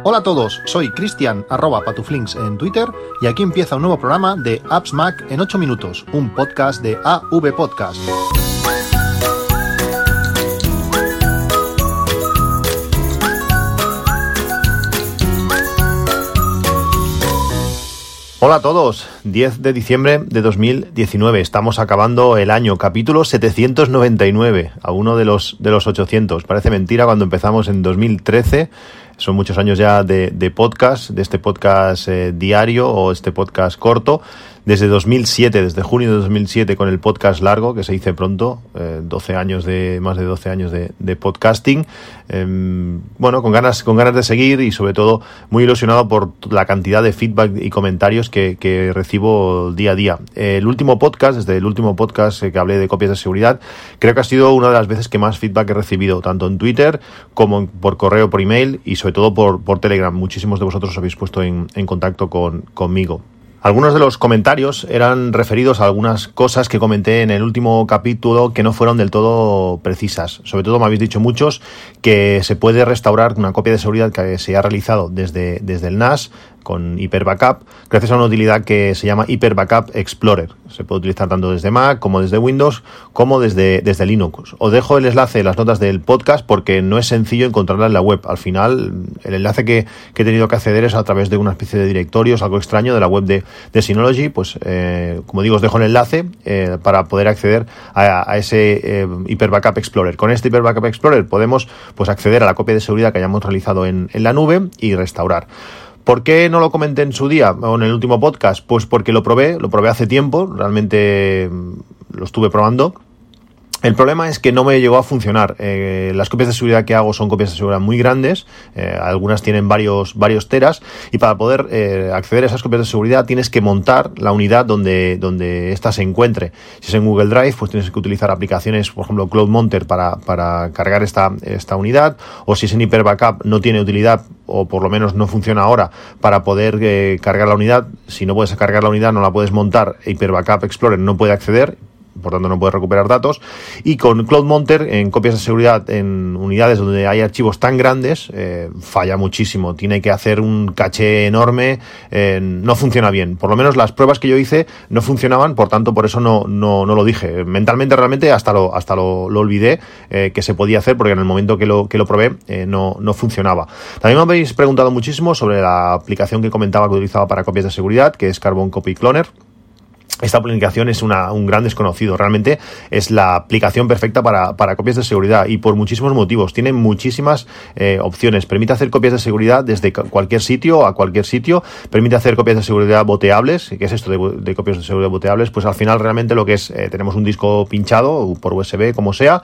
Hola a todos, soy Cristian @patuflinks en Twitter y aquí empieza un nuevo programa de Apps Mac en 8 minutos, un podcast de AV Podcast. Hola a todos, 10 de diciembre de 2019, estamos acabando el año, capítulo 799, a uno de los 800. Parece mentira cuando empezamos en 2013, son muchos años ya de podcast, de este podcast diario o este podcast corto. Desde 2007, desde junio de 2007 con el podcast largo, que se dice pronto, más de 12 años de podcasting. Bueno, con ganas de seguir y sobre todo muy ilusionado por la cantidad de feedback y comentarios que recibo día a día. Desde el último podcast que hablé de copias de seguridad, creo que ha sido una de las veces que más feedback he recibido, tanto en Twitter como por correo, por email y sobre todo por Telegram. Muchísimos de vosotros os habéis puesto en contacto conmigo. Algunos de los comentarios eran referidos a algunas cosas que comenté en el último capítulo que no fueron del todo precisas. Sobre todo me habéis dicho muchos que se puede restaurar una copia de seguridad que se ha realizado desde el NAS con Hyper Backup, gracias a una utilidad que se llama Hyper Backup Explorer. Se puede utilizar tanto desde Mac como desde Windows como desde Linux. Os dejo el enlace en las notas del podcast porque no es sencillo encontrarla en la web. Al final, el enlace que he tenido que acceder es a través de una especie de directorios, algo extraño, de la web de Synology. Pues, como digo, os dejo el enlace para poder acceder a ese Hyper Backup Explorer. Con este Hyper Backup Explorer podemos acceder a la copia de seguridad que hayamos realizado en la nube y restaurar. ¿Por qué no lo comenté en su día o en el último podcast? Pues porque lo probé hace tiempo, realmente lo estuve probando. El problema es que no me llegó a funcionar. Las copias de seguridad que hago son copias de seguridad muy grandes, algunas tienen varios teras, y para poder acceder a esas copias de seguridad tienes que montar la unidad donde ésta se encuentre. Si es en Google Drive, pues tienes que utilizar aplicaciones, por ejemplo Cloud Monter para cargar esta unidad, o si es en Hyper Backup no tiene utilidad, o por lo menos no funciona ahora, para poder cargar la unidad. Si no puedes cargar la unidad, no la puedes montar, Hyper Backup Explorer no puede acceder, por tanto no puede recuperar datos. Y con Cloud Monter, en copias de seguridad en unidades donde hay archivos tan grandes, falla muchísimo, tiene que hacer un caché enorme, no funciona bien. Por lo menos las pruebas que yo hice no funcionaban, por tanto por eso no lo dije. Mentalmente realmente hasta lo olvidé que se podía hacer, porque en el momento que lo probé no funcionaba. También me habéis preguntado muchísimo sobre la aplicación que comentaba que utilizaba para copias de seguridad, que es Carbon Copy Cloner. Esta aplicación es un gran desconocido, realmente es la aplicación perfecta para copias de seguridad y por muchísimos motivos. Tiene muchísimas opciones, permite hacer copias de seguridad desde cualquier sitio a cualquier sitio, permite hacer copias de seguridad boteables. ¿Qué es esto de copias de seguridad boteables? Pues al final realmente lo que es, tenemos un disco pinchado por USB, como sea,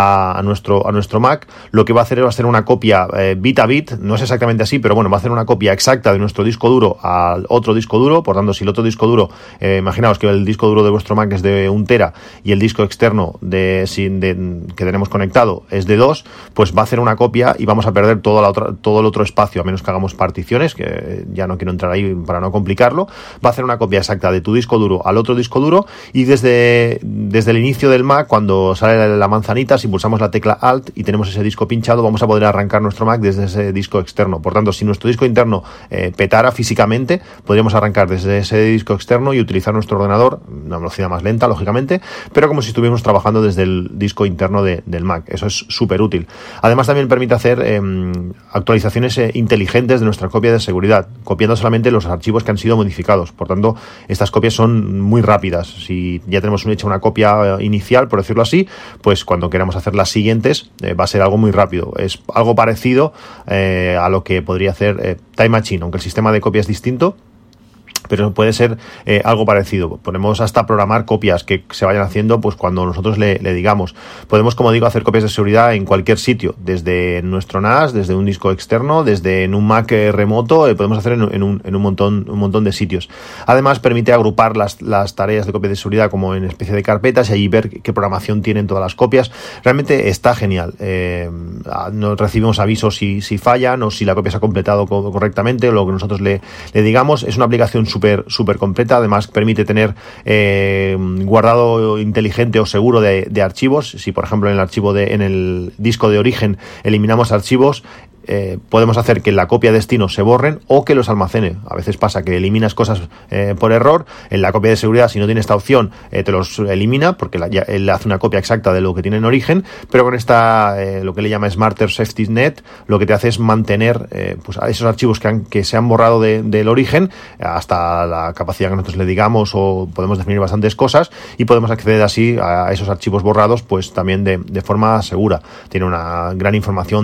a nuestro Mac. Lo que va a hacer es una copia bit a bit, no es exactamente así, pero bueno, va a hacer una copia exacta de nuestro disco duro al otro disco duro. Por tanto, si el otro disco duro, imaginaos que el disco duro de vuestro Mac es de 1 tera y el disco externo que tenemos conectado es de 2, pues va a hacer una copia y vamos a perder todo el otro espacio, a menos que hagamos particiones, que ya no quiero entrar ahí para no complicarlo. Va a hacer una copia exacta de tu disco duro al otro disco duro, y desde el inicio del Mac, cuando sale la manzanita, si pulsamos la tecla Alt y tenemos ese disco pinchado, vamos a poder arrancar nuestro Mac desde ese disco externo. Por tanto, si nuestro disco interno petara físicamente, podríamos arrancar desde ese disco externo y utilizar nuestro ordenador a una velocidad más lenta, lógicamente, pero como si estuviéramos trabajando desde el disco interno del Mac. Eso es súper útil. Además, también permite hacer actualizaciones inteligentes de nuestra copia de seguridad, copiando solamente los archivos que han sido modificados. Por tanto, estas copias son muy rápidas. Si ya tenemos hecha una copia inicial, por decirlo así, pues cuando queramos hacer las siguientes va a ser algo muy rápido. Es algo parecido a lo que podría hacer Time Machine, aunque el sistema de copia es distinto, pero puede ser algo parecido. Podemos hasta programar copias que se vayan haciendo pues cuando nosotros le digamos. Podemos, como digo, hacer copias de seguridad en cualquier sitio, desde nuestro NAS, desde un disco externo, desde en un Mac remoto, podemos hacer en un montón de sitios. Además, permite agrupar las tareas de copia de seguridad como en especie de carpetas y allí ver qué programación tienen todas las copias. Realmente está genial. Nos recibimos avisos si fallan o si la copia se ha completado correctamente o lo que nosotros le digamos. Es una aplicación súper completa. Además, permite tener guardado inteligente o seguro de archivos. Si, por ejemplo, en el disco de origen eliminamos archivos, podemos hacer que la copia de destino se borren o que los almacene. A veces pasa que eliminas cosas por error. En la copia de seguridad, si no tiene esta opción, te los elimina porque él hace una copia exacta de lo que tiene en origen, pero con esta, lo que le llama Smarter Safety Net, lo que te hace es mantener pues esos archivos que se han borrado del origen hasta la capacidad que nosotros le digamos, o podemos definir bastantes cosas y podemos acceder así a esos archivos borrados pues también de forma segura. Tiene una gran información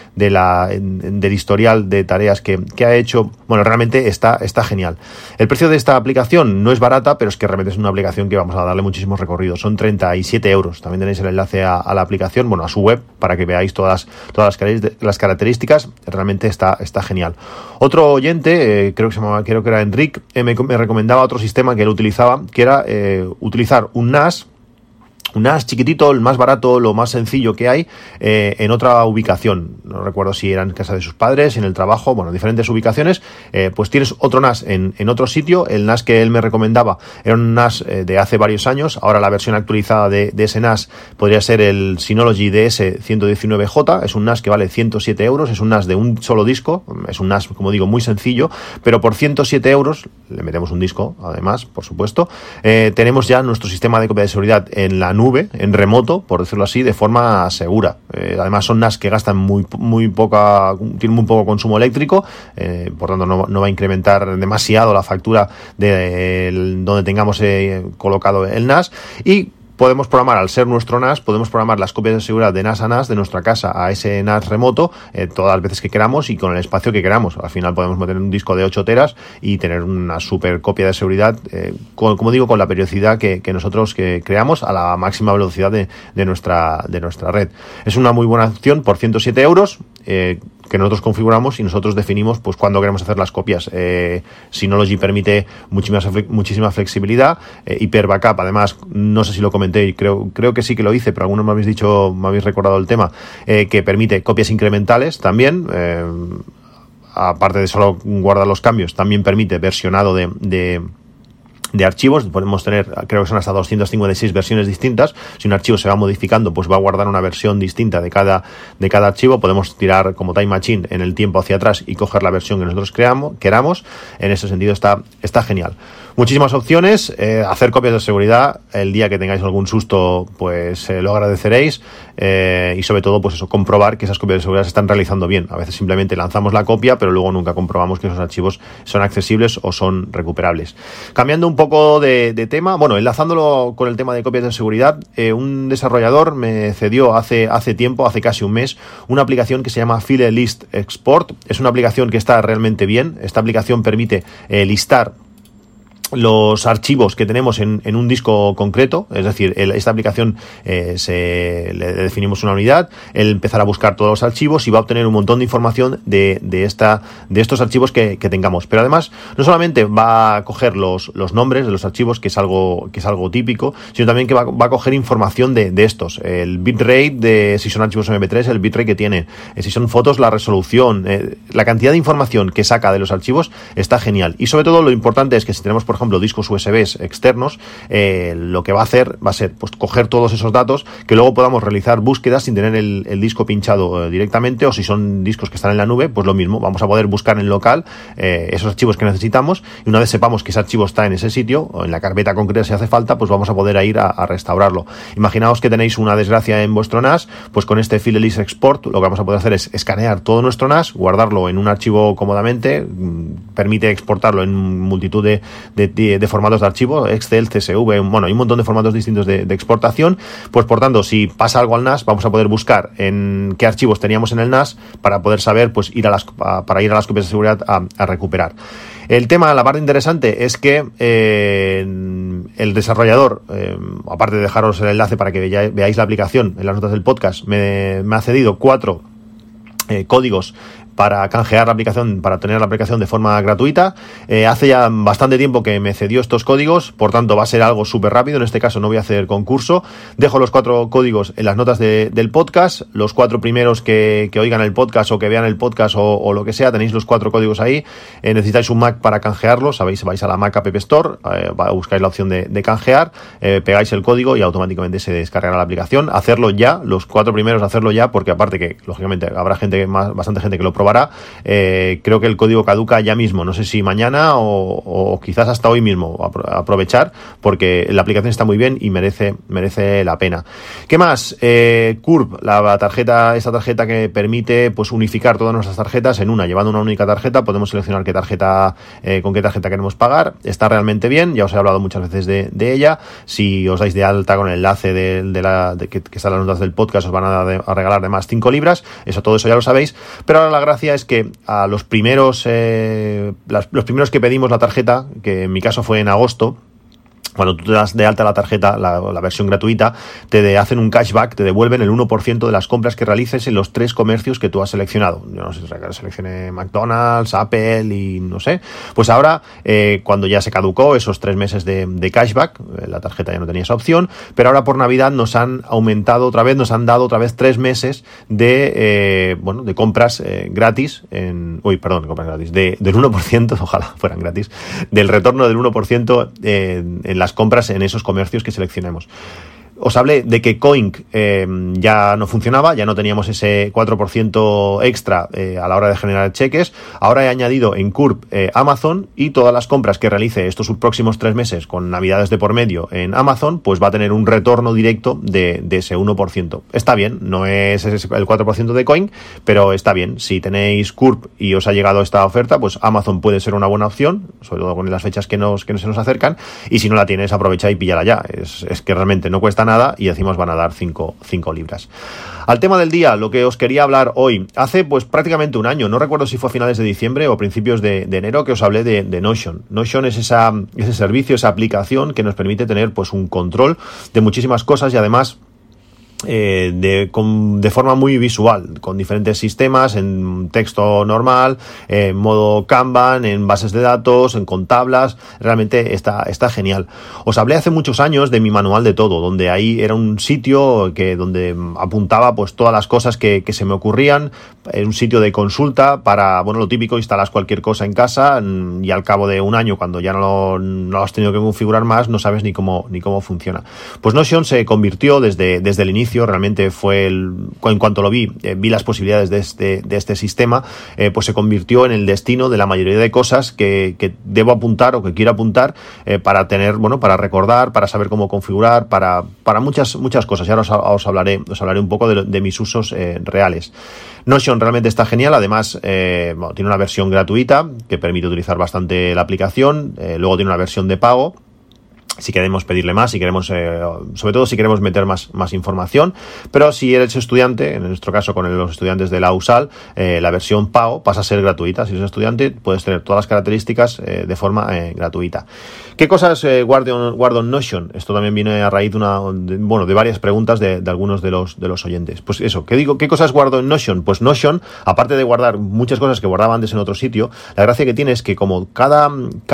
del historial de tareas que ha hecho. Bueno, realmente está genial. El precio de esta aplicación no es barata, pero es que realmente es una aplicación que vamos a darle muchísimos recorridos. Son 37 euros. También tenéis el enlace a la aplicación, bueno, a su web, para que veáis todas las características. Realmente está genial. Otro oyente, creo que era Enric, me recomendaba otro sistema que él utilizaba, que era utilizar un NAS chiquitito, el más barato, lo más sencillo que hay, en otra ubicación. No recuerdo si era en casa de sus padres, en el trabajo, bueno, diferentes ubicaciones. Pues tienes otro NAS en otro sitio. El NAS que él me recomendaba era un NAS de hace varios años. Ahora la versión actualizada de ese NAS podría ser el Synology DS119J. Es un NAS que vale 107 euros. Es un NAS de un solo disco. Es un NAS, como digo, muy sencillo. Pero por 107 euros, le metemos un disco, además, por supuesto. Tenemos ya nuestro sistema de copia de seguridad en la nube, en remoto, por decirlo así, de forma segura. Además son NAS que gastan tienen muy poco consumo eléctrico, por tanto no va a incrementar demasiado la factura de donde tengamos colocado el NAS. Y podemos programar, al ser nuestro NAS, podemos programar las copias de seguridad de NAS a NAS, de nuestra casa a ese NAS remoto, todas las veces que queramos y con el espacio que queramos. Al final podemos meter un disco de 8 teras y tener una super copia de seguridad, como digo, con la periodicidad que nosotros creamos, a la máxima velocidad de nuestra red. Es una muy buena opción por 107 euros, que nosotros configuramos y nosotros definimos pues cuándo queremos hacer las copias. Synology permite muchísima flexibilidad, Hyper Backup, además, no sé si lo comenté y creo que sí que lo hice, pero algunos me habéis recordado el tema, que permite copias incrementales también, aparte de solo guardar los cambios, también permite versionado de archivos. Podemos tener, creo que son hasta 256 versiones distintas. Si un archivo se va modificando, pues va a guardar una versión distinta de cada archivo. Podemos tirar como Time Machine en el tiempo hacia atrás y coger la versión que nosotros queramos. En ese sentido está genial. Muchísimas opciones. Hacer copias de seguridad, el día que tengáis algún susto, pues lo agradeceréis, y sobre todo, pues eso, comprobar que esas copias de seguridad se están realizando bien. A veces simplemente lanzamos la copia, pero luego nunca comprobamos que esos archivos son accesibles o son recuperables. Cambiando un poco de tema, bueno, enlazándolo con el tema de copias de seguridad, un desarrollador me cedió hace tiempo, hace casi un mes, una aplicación que se llama File List Export. Es una aplicación que está realmente bien. Esta aplicación permite listar los archivos que tenemos en un disco concreto, es decir, esta aplicación le definimos una unidad, él empezará a buscar todos los archivos y va a obtener un montón de información de estos archivos que tengamos. Pero además, no solamente va a coger los nombres de los archivos, que es algo típico, sino también que va a coger información de estos, el bitrate, si son archivos MP3, el bitrate que tiene, si son fotos, la resolución, la cantidad de información que saca de los archivos está genial. Y sobre todo, lo importante es que si tenemos, por ejemplo, discos USB externos, lo que va a ser pues coger todos esos datos, que luego podamos realizar búsquedas sin tener el disco pinchado directamente, o si son discos que están en la nube, pues lo mismo, vamos a poder buscar en local esos archivos que necesitamos, y una vez sepamos que ese archivo está en ese sitio, o en la carpeta concreta si hace falta, pues vamos a poder ir a restaurarlo. Imaginaos que tenéis una desgracia en vuestro NAS, pues con este File List Export lo que vamos a poder hacer es escanear todo nuestro NAS, guardarlo en un archivo cómodamente, permite exportarlo en multitud de formatos de archivo, Excel, CSV, bueno, hay un montón de formatos distintos de exportación. Pues por tanto, si pasa algo al NAS, vamos a poder buscar en qué archivos teníamos en el NAS para poder saber, pues ir a las copias de seguridad a recuperar. La parte interesante es que el desarrollador, aparte de dejaros el enlace para que veáis la aplicación en las notas del podcast, me ha cedido 4 códigos para canjear la aplicación, para tener la aplicación de forma gratuita. Hace ya bastante tiempo que me cedió estos códigos, por tanto va a ser algo súper rápido. En este caso no voy a hacer concurso. Dejo los 4 códigos en las notas del podcast. Los 4 primeros que oigan el podcast o que vean el podcast o lo que sea, tenéis los 4 códigos ahí. Necesitáis un Mac para canjearlos, sabéis, vais a la Mac App Store, buscáis la opción de canjear, pegáis el código y automáticamente se descargará la aplicación. Hacerlo ya, los 4 primeros hacerlo ya, porque aparte que lógicamente habrá bastante gente que lo probará. Creo que el código caduca ya mismo, no sé si mañana o quizás hasta hoy mismo. Aprovechar, porque la aplicación está muy bien y merece la pena. ¿Qué más? Curve, esta tarjeta que permite pues unificar todas nuestras tarjetas en una, llevando una única tarjeta, podemos seleccionar con qué tarjeta queremos pagar. Está realmente bien, ya os he hablado muchas veces de ella. Si os dais de alta con el enlace que está en las notas del podcast, os van a regalar además 5 libras, todo eso ya lo sabéis. Pero ahora la gracia es que a los primeros que pedimos la tarjeta, que en mi caso fue en agosto, cuando tú te das de alta la tarjeta, la versión gratuita, te hacen un cashback, te devuelven el 1% de las compras que realices en los 3 comercios que tú has seleccionado. Yo no sé si seleccioné McDonald's, Apple y no sé. Pues ahora, cuando ya se caducó esos 3 meses de cashback, la tarjeta ya no tenía esa opción, pero ahora por Navidad nos han aumentado otra vez, nos han dado otra vez 3 meses de compras gratis, del 1%, ojalá fueran gratis, del retorno del 1% en las compras en esos comercios que seleccionemos. Os hablé de que Coink ya no funcionaba, ya no teníamos ese 4% extra a la hora de generar cheques. Ahora he añadido en Curve Amazon, y todas las compras que realice estos próximos 3 meses con navidades de por medio en Amazon, pues va a tener un retorno directo de ese 1%. Está bien, no es el 4% de Coink, pero está bien. Si tenéis Curve y os ha llegado esta oferta, pues Amazon puede ser una buena opción, sobre todo con las fechas que se nos acercan, y si no la tienes, aprovecha y píllala ya. Es que realmente no cuesta nada y encima os van a dar 5 libras. Al tema del día, lo que os quería hablar hoy, hace pues prácticamente un año, no recuerdo si fue a finales de diciembre o principios de enero, que os hablé de Notion. Notion es ese servicio, esa aplicación que nos permite tener pues un control de muchísimas cosas y además de forma muy visual, con diferentes sistemas, en texto normal, en modo Kanban, en bases de datos, con tablas. Realmente está genial. Os hablé hace muchos años de mi manual de todo, donde ahí era un sitio donde apuntaba pues todas las cosas que se me ocurrían, un sitio de consulta para, lo típico, instalas cualquier cosa en casa y al cabo de un año, cuando ya no lo has tenido que configurar más, no sabes ni cómo funciona. Pues Notion se convirtió desde el inicio. Realmente en cuanto lo vi las posibilidades de este sistema, pues se convirtió en el destino de la mayoría de cosas que debo apuntar o que quiero apuntar para tener, para recordar, para saber cómo configurar, para muchas cosas. Y ahora os hablaré un poco de mis usos reales. Notion realmente está genial, además tiene una versión gratuita que permite utilizar bastante la aplicación, luego tiene una versión de pago, si queremos pedirle más, si queremos, sobre todo si queremos meter más información. Pero si eres estudiante, en nuestro caso con los estudiantes de la USAL, la versión pago pasa a ser gratuita. Si eres estudiante, puedes tener todas las características de forma gratuita. ¿Qué cosas guardo en Notion? Esto también viene a raíz de varias preguntas de algunos de los oyentes. Pues eso, ¿qué cosas guardo en Notion? Pues Notion, aparte de guardar muchas cosas que guardaba antes en otro sitio, la gracia que tiene es que como cada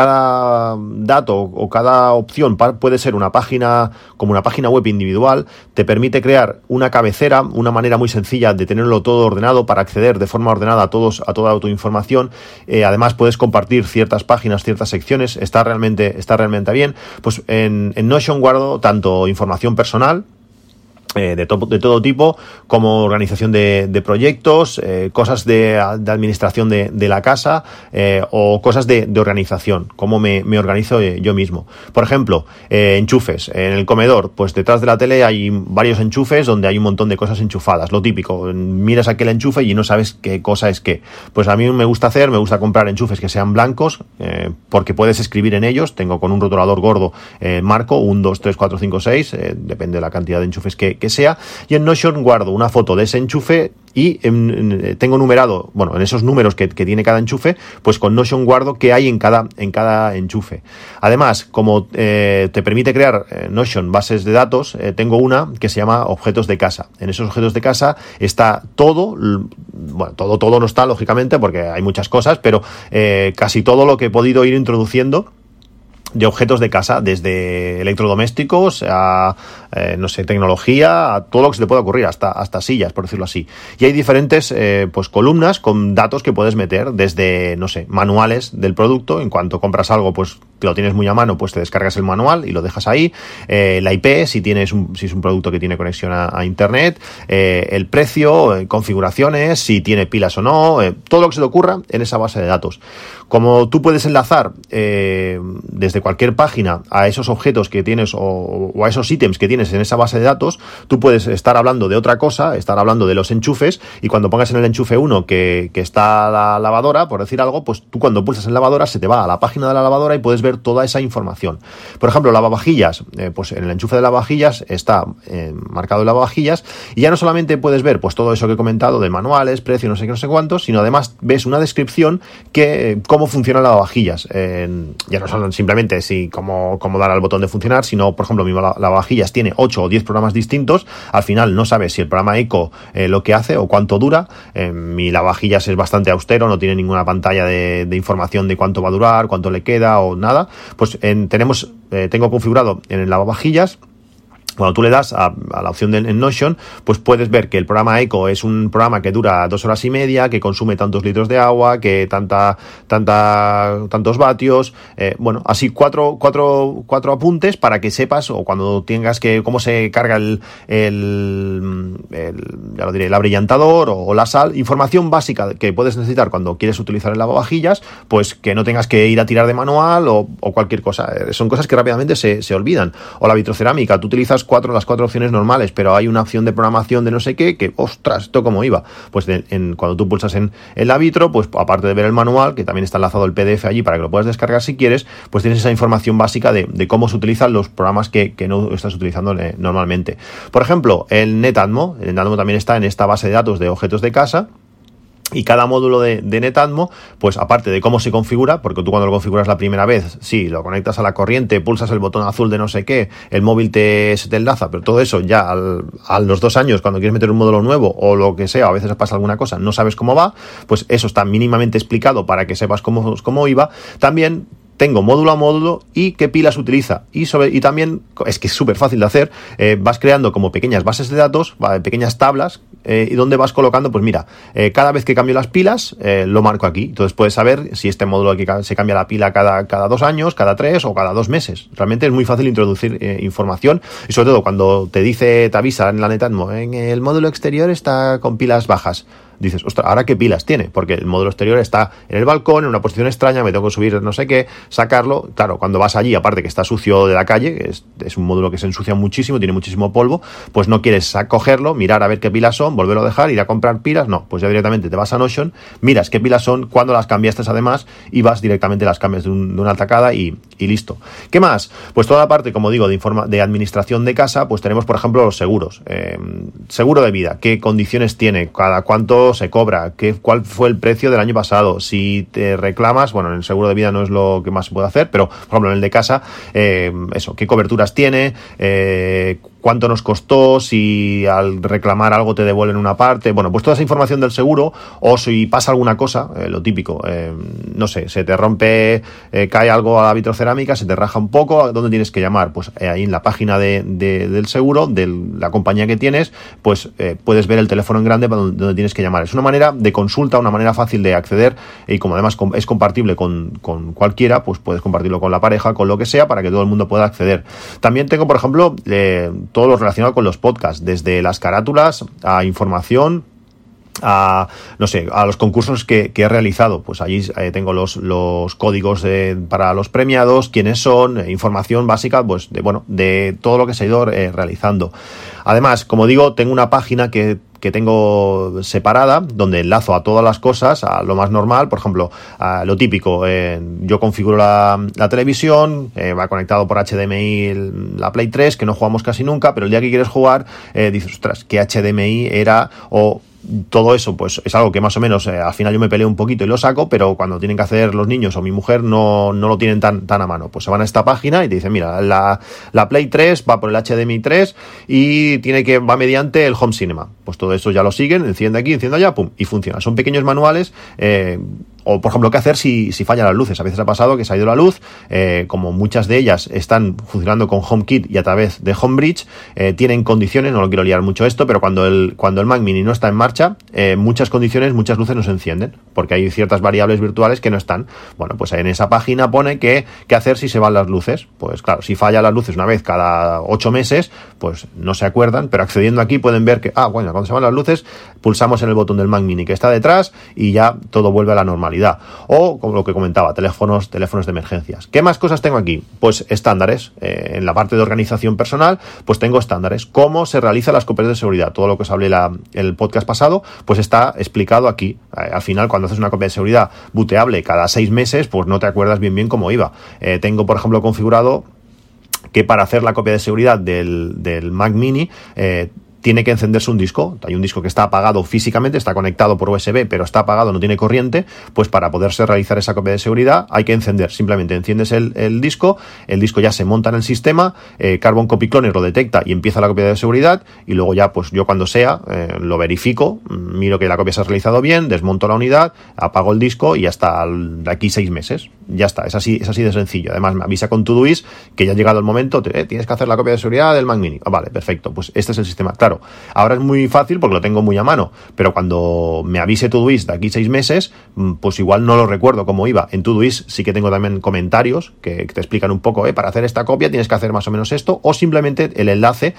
dato o cada opción puede ser una página web individual, te permite crear una cabecera, una manera muy sencilla de tenerlo todo ordenado para acceder de forma ordenada a toda tu información. Además puedes compartir ciertas páginas, ciertas secciones. Está realmente bien. Pues en Notion guardo tanto información personal, de todo tipo, como organización de proyectos, cosas de administración de la casa, o cosas de organización, cómo me organizo yo mismo. Por ejemplo, enchufes. En el comedor, pues detrás de la tele hay varios enchufes donde hay un montón de cosas enchufadas. Lo típico, miras aquel enchufe y no sabes qué cosa es qué. Pues a mí me gusta comprar enchufes que sean blancos, porque puedes escribir en ellos. Tengo con un rotulador gordo, marco 1, 2, 3, 4, 5, 6, depende de la cantidad de enchufes que que sea, y en Notion guardo una foto de ese enchufe y tengo numerado, bueno, en esos números que tiene cada enchufe, pues con Notion guardo qué hay en cada enchufe. Además, como te permite crear Notion bases de datos, tengo una que se llama objetos de casa. En esos objetos de casa está todo, bueno, todo no está, lógicamente, porque hay muchas cosas, pero casi todo lo que he podido ir introduciendo de objetos de casa, desde electrodomésticos a, no sé, tecnología, a todo lo que se te pueda ocurrir, hasta sillas, por decirlo así. Y hay diferentes, pues, columnas con datos que puedes meter, desde, no sé, manuales del producto. En cuanto compras algo, pues, lo tienes muy a mano, pues te descargas el manual y lo dejas ahí. La IP, si es un producto que tiene conexión a internet, el precio, configuraciones, si tiene pilas o no, todo lo que se te ocurra en esa base de datos. Como tú puedes enlazar desde cualquier página a esos objetos que tienes o a esos ítems que tienes en esa base de datos, tú puedes estar hablando de otra cosa, estar hablando de los enchufes, y cuando pongas en el enchufe 1 que está la lavadora, por decir algo, pues tú cuando pulsas en lavadora se te va a la página de la lavadora y puedes ver toda esa información. Por ejemplo, lavavajillas, pues en el enchufe de lavavajillas está marcado el lavavajillas, y ya no solamente puedes ver pues todo eso que he comentado de manuales, precio, no sé qué, no sé cuántos, sino además ves una descripción que cómo funciona el lavavajillas. Ya no son simplemente cómo dar al botón de funcionar, sino, por ejemplo, mi lavavajillas tiene 8 o 10 programas distintos. Al final no sabes si el programa Eco lo que hace o cuánto dura. Mi lavavajillas es bastante austero, no tiene ninguna pantalla de información de cuánto va a durar, cuánto le queda o nada. Pues tengo configurado en el lavavajillas. Cuando tú le das a la opción en Notion, pues puedes ver que el programa Eco es un programa que dura 2 horas y media, que consume tantos litros de agua, que tantos vatios, bueno, así cuatro apuntes para que sepas, o cuando tengas cómo se carga ya lo diré, el abrillantador o la sal, información básica que puedes necesitar cuando quieres utilizar el lavavajillas, pues que no tengas que ir a tirar de manual o cualquier cosa. Son cosas que rápidamente se olvidan. O la vitrocerámica, tú utilizas las cuatro opciones normales, pero hay una opción de programación de no sé qué, que, ostras, ¿esto cómo iba? Pues cuando tú pulsas en la vitro, pues aparte de ver el manual, que también está enlazado el PDF allí para que lo puedas descargar si quieres, pues tienes esa información básica de cómo se utilizan los programas que no estás utilizando normalmente. Por ejemplo, el NetAtmo también está en esta base de datos de objetos de casa. Y cada módulo de NetAtmo, pues aparte de cómo se configura, porque tú cuando lo configuras la primera vez, sí, lo conectas a la corriente, pulsas el botón azul de no sé qué, el móvil se te enlaza, pero todo eso ya a los 2 años, cuando quieres meter un módulo nuevo o lo que sea, a veces pasa alguna cosa, no sabes cómo va, pues eso está mínimamente explicado para que sepas cómo iba. También tengo módulo a módulo y qué pilas utiliza. Y también, es que es súper fácil de hacer, vas creando como pequeñas bases de datos, pequeñas tablas, y donde vas colocando, pues mira, cada vez que cambio las pilas, lo marco aquí. Entonces puedes saber si este módulo aquí se cambia la pila cada 2 años, cada 3 o cada 2 meses. Realmente es muy fácil introducir información, y sobre todo cuando te avisa en la NetAtmo, en el módulo exterior está con pilas bajas. Dices, ostras, ¿ahora qué pilas tiene? Porque el módulo exterior está en el balcón, en una posición extraña, me tengo que subir no sé qué, sacarlo. Claro, cuando vas allí, aparte que está sucio de la calle, es un módulo que se ensucia muchísimo, tiene muchísimo polvo, pues no quieres cogerlo, mirar a ver qué pilas son, volverlo a dejar, ir a comprar pilas, no, pues ya directamente te vas a Notion, miras qué pilas son, cuándo las cambiaste además, y vas directamente, las cambias de una tacada y listo. ¿Qué más? Pues toda la parte, como digo, de administración de casa, pues tenemos, por ejemplo, los seguros. Seguro de vida, qué condiciones tiene, cada cuánto se cobra, cuál fue el precio del año pasado, si te reclamas, bueno, en el seguro de vida no es lo que más se puede hacer, pero por ejemplo en el de casa, eso, qué coberturas tiene, cuánto nos costó, si al reclamar algo te devuelven una parte, bueno, pues toda esa información del seguro, o si pasa alguna cosa, lo típico, no sé, se te rompe, cae algo a la vitrocerámica, se te raja un poco, ¿dónde tienes que llamar? Pues ahí en la página del seguro, de la compañía que tienes, pues puedes ver el teléfono en grande donde tienes que llamar. Es una manera de consulta, una manera fácil de acceder, y como además es compartible con cualquiera, pues puedes compartirlo con la pareja, con lo que sea, para que todo el mundo pueda acceder. También tengo, por ejemplo, todo lo relacionado con los podcasts, desde las carátulas a información, a los concursos que he realizado. Pues allí tengo los códigos para los premiados, quiénes son, información básica, pues de todo lo que se ha ido realizando. Además, como digo, tengo una página que que tengo separada, donde enlazo a todas las cosas, a lo más normal, por ejemplo, a lo típico, yo configuro la televisión, va conectado por HDMI la Play 3, que no jugamos casi nunca, pero el día que quieres jugar, dices, ostras, ¿qué HDMI era? O todo eso, pues es algo que más o menos al final yo me peleo un poquito y lo saco, pero cuando tienen que hacer los niños o mi mujer no lo tienen tan a mano. Pues se van a esta página y te dicen, mira, la Play 3 va por el HDMI 3 y va mediante el Home Cinema. Pues todo eso ya lo siguen, enciende aquí, enciende allá, pum, y funciona. Son pequeños manuales. O, por ejemplo, qué hacer si fallan las luces. A veces ha pasado que se ha ido la luz, como muchas de ellas están funcionando con HomeKit y a través de Homebridge, tienen condiciones, no lo quiero liar mucho esto, pero cuando el Mac Mini no está en marcha, muchas luces no se encienden, porque hay ciertas variables virtuales que no están. Bueno, pues en esa página pone qué hacer si se van las luces. Pues claro, si fallan las luces una vez cada 8 meses, pues no se acuerdan, pero accediendo aquí pueden ver que, bueno, cuando se van las luces, pulsamos en el botón del Mac Mini que está detrás y ya todo vuelve a la normalidad. O, como lo que comentaba, teléfonos de emergencias. ¿Qué más cosas tengo aquí? Pues estándares. En la parte de organización personal, pues tengo estándares. ¿Cómo se realizan las copias de seguridad? Todo lo que os hablé el podcast pasado, pues está explicado aquí. Al final, cuando haces una copia de seguridad booteable cada 6 meses, pues no te acuerdas bien cómo iba. Tengo, por ejemplo, configurado que para hacer la copia de seguridad del Mac Mini, tiene que encenderse un disco. Hay un disco que está apagado físicamente, está conectado por USB, pero está apagado, no tiene corriente. Pues para poderse realizar esa copia de seguridad hay que encender. Simplemente enciendes el disco ya se monta en el sistema, Carbon Copy Cloner lo detecta y empieza la copia de seguridad, y luego ya, pues yo cuando sea, lo verifico, miro que la copia se ha realizado bien, desmonto la unidad, apago el disco y hasta de aquí 6 meses. Ya está, es así de sencillo. Además me avisa con Todoist que ya ha llegado el momento, tienes que hacer la copia de seguridad del Mac Mini. Vale, perfecto, pues este es el sistema. Claro, ahora es muy fácil porque lo tengo muy a mano, pero cuando me avise Todoist de aquí 6 meses, pues igual no lo recuerdo cómo iba. En Todoist sí que tengo también comentarios que te explican un poco, para hacer esta copia tienes que hacer más o menos esto, o simplemente el enlace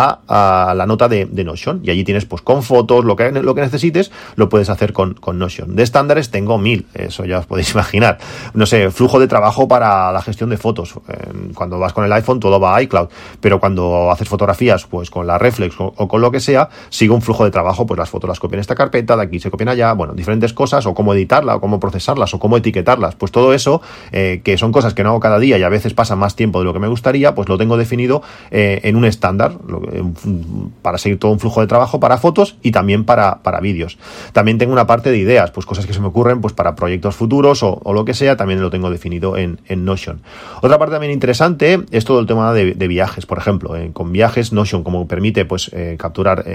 a la nota de Notion, y allí tienes, pues con fotos, lo que necesites, lo puedes hacer con Notion. De estándares tengo 1000, eso ya os podéis imaginar. No sé, flujo de trabajo para la gestión de fotos. Cuando vas con el iPhone todo va a iCloud, pero cuando haces fotografías, pues con la Reflex o con lo que sea, sigue un flujo de trabajo, pues las fotos las copio en esta carpeta, de aquí se copian allá, bueno, diferentes cosas, o cómo editarla, o cómo procesarlas, o cómo etiquetarlas, pues todo eso, que son cosas que no hago cada día y a veces pasa más tiempo de lo que me gustaría, pues lo tengo definido en un estándar, para seguir todo un flujo de trabajo para fotos y también para vídeos. También tengo una parte de ideas, pues cosas que se me ocurren, pues para proyectos futuros o lo que sea, también lo tengo definido en Notion. Otra parte también interesante es todo el tema de viajes, por ejemplo, con viajes Notion, como permite, pues capturar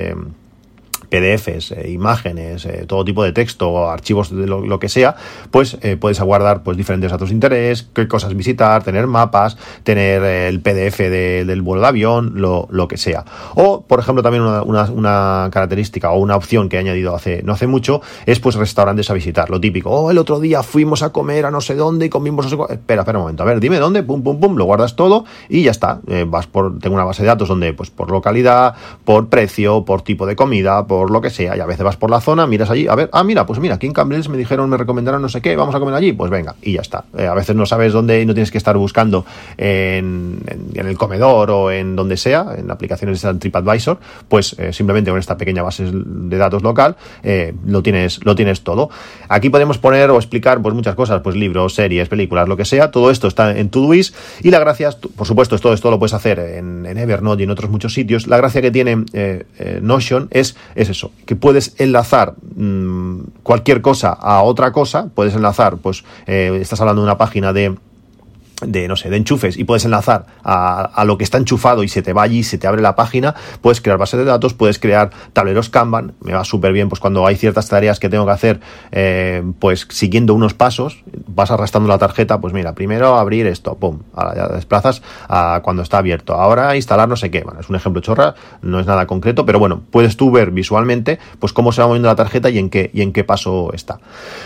PDFs, imágenes, todo tipo de texto, archivos de lo que sea, pues puedes guardar pues diferentes datos de interés, qué cosas visitar, tener mapas, tener el PDF del vuelo de avión, lo que sea. O, por ejemplo, también una característica o una opción que he añadido no hace mucho es pues restaurantes a visitar, lo típico. El otro día fuimos a comer a no sé dónde y comimos no sé cuál. Espera un momento, a ver, dime dónde, pum, lo guardas todo y ya está. Tengo una base de datos donde pues por localidad, por precio, por tipo de comida, por lo que sea, y a veces vas por la zona, miras allí, a ver, mira, aquí en Cambrils me recomendaron no sé qué, vamos a comer allí, pues venga, y ya está. A veces no sabes dónde y no tienes que estar buscando en el comedor o en donde sea, en aplicaciones de TripAdvisor, pues simplemente con esta pequeña base de datos local lo tienes todo. Aquí podemos poner o explicar pues muchas cosas, pues libros, series, películas, lo que sea, todo esto está en Todoist, y la gracia, por supuesto, todo esto lo puedes hacer en Evernote y en otros muchos sitios. La gracia que tiene Notion es eso, que puedes enlazar cualquier cosa a otra cosa. Puedes enlazar, pues estás hablando de una página de enchufes y puedes enlazar a lo que está enchufado y se te va allí, se te abre la página. Puedes crear bases de datos, puedes crear tableros Kanban. Me va súper bien pues cuando hay ciertas tareas que tengo que hacer pues siguiendo unos pasos, vas arrastrando la tarjeta, pues mira, primero abrir esto, pum, ahora ya desplazas a cuando está abierto, ahora instalar no sé qué. Bueno, es un ejemplo chorra, no es nada concreto, pero bueno, puedes tú ver visualmente pues cómo se va moviendo la tarjeta y en qué paso está.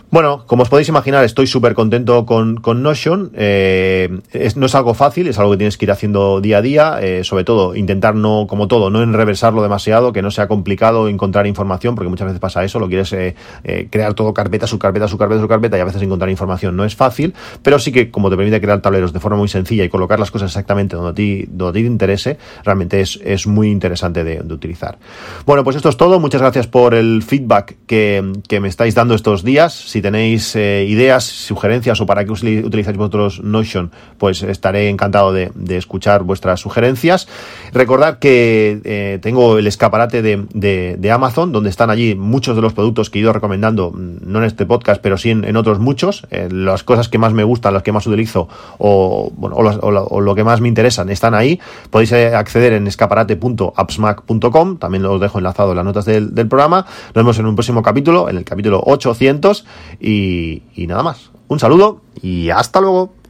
Bueno, como os podéis imaginar, estoy súper contento con Notion. No es algo fácil, es algo que tienes que ir haciendo día a día. Sobre todo, intentar no, como todo, no enreversarlo demasiado, que no sea complicado encontrar información, porque muchas veces pasa eso, lo quieres crear todo carpeta, subcarpeta, y a veces encontrar información no es fácil, pero sí que como te permite crear tableros de forma muy sencilla y colocar las cosas exactamente donde a ti te interese, realmente es muy interesante de utilizar. Bueno, pues esto es todo. Muchas gracias por el feedback que me estáis dando estos días. Si tenéis ideas, sugerencias o para qué utilizáis vosotros Notion, pues estaré encantado de escuchar vuestras sugerencias. Recordad que tengo el escaparate de Amazon, donde están allí muchos de los productos que he ido recomendando, no en este podcast, pero sí en otros muchos. Las cosas que más me gustan, las que más utilizo o lo que más me interesan están ahí. Podéis acceder en escaparate.appsmac.com. También os dejo enlazado en las notas del programa. Nos vemos en un próximo capítulo, en el capítulo 800. Y nada más. Un saludo y hasta luego.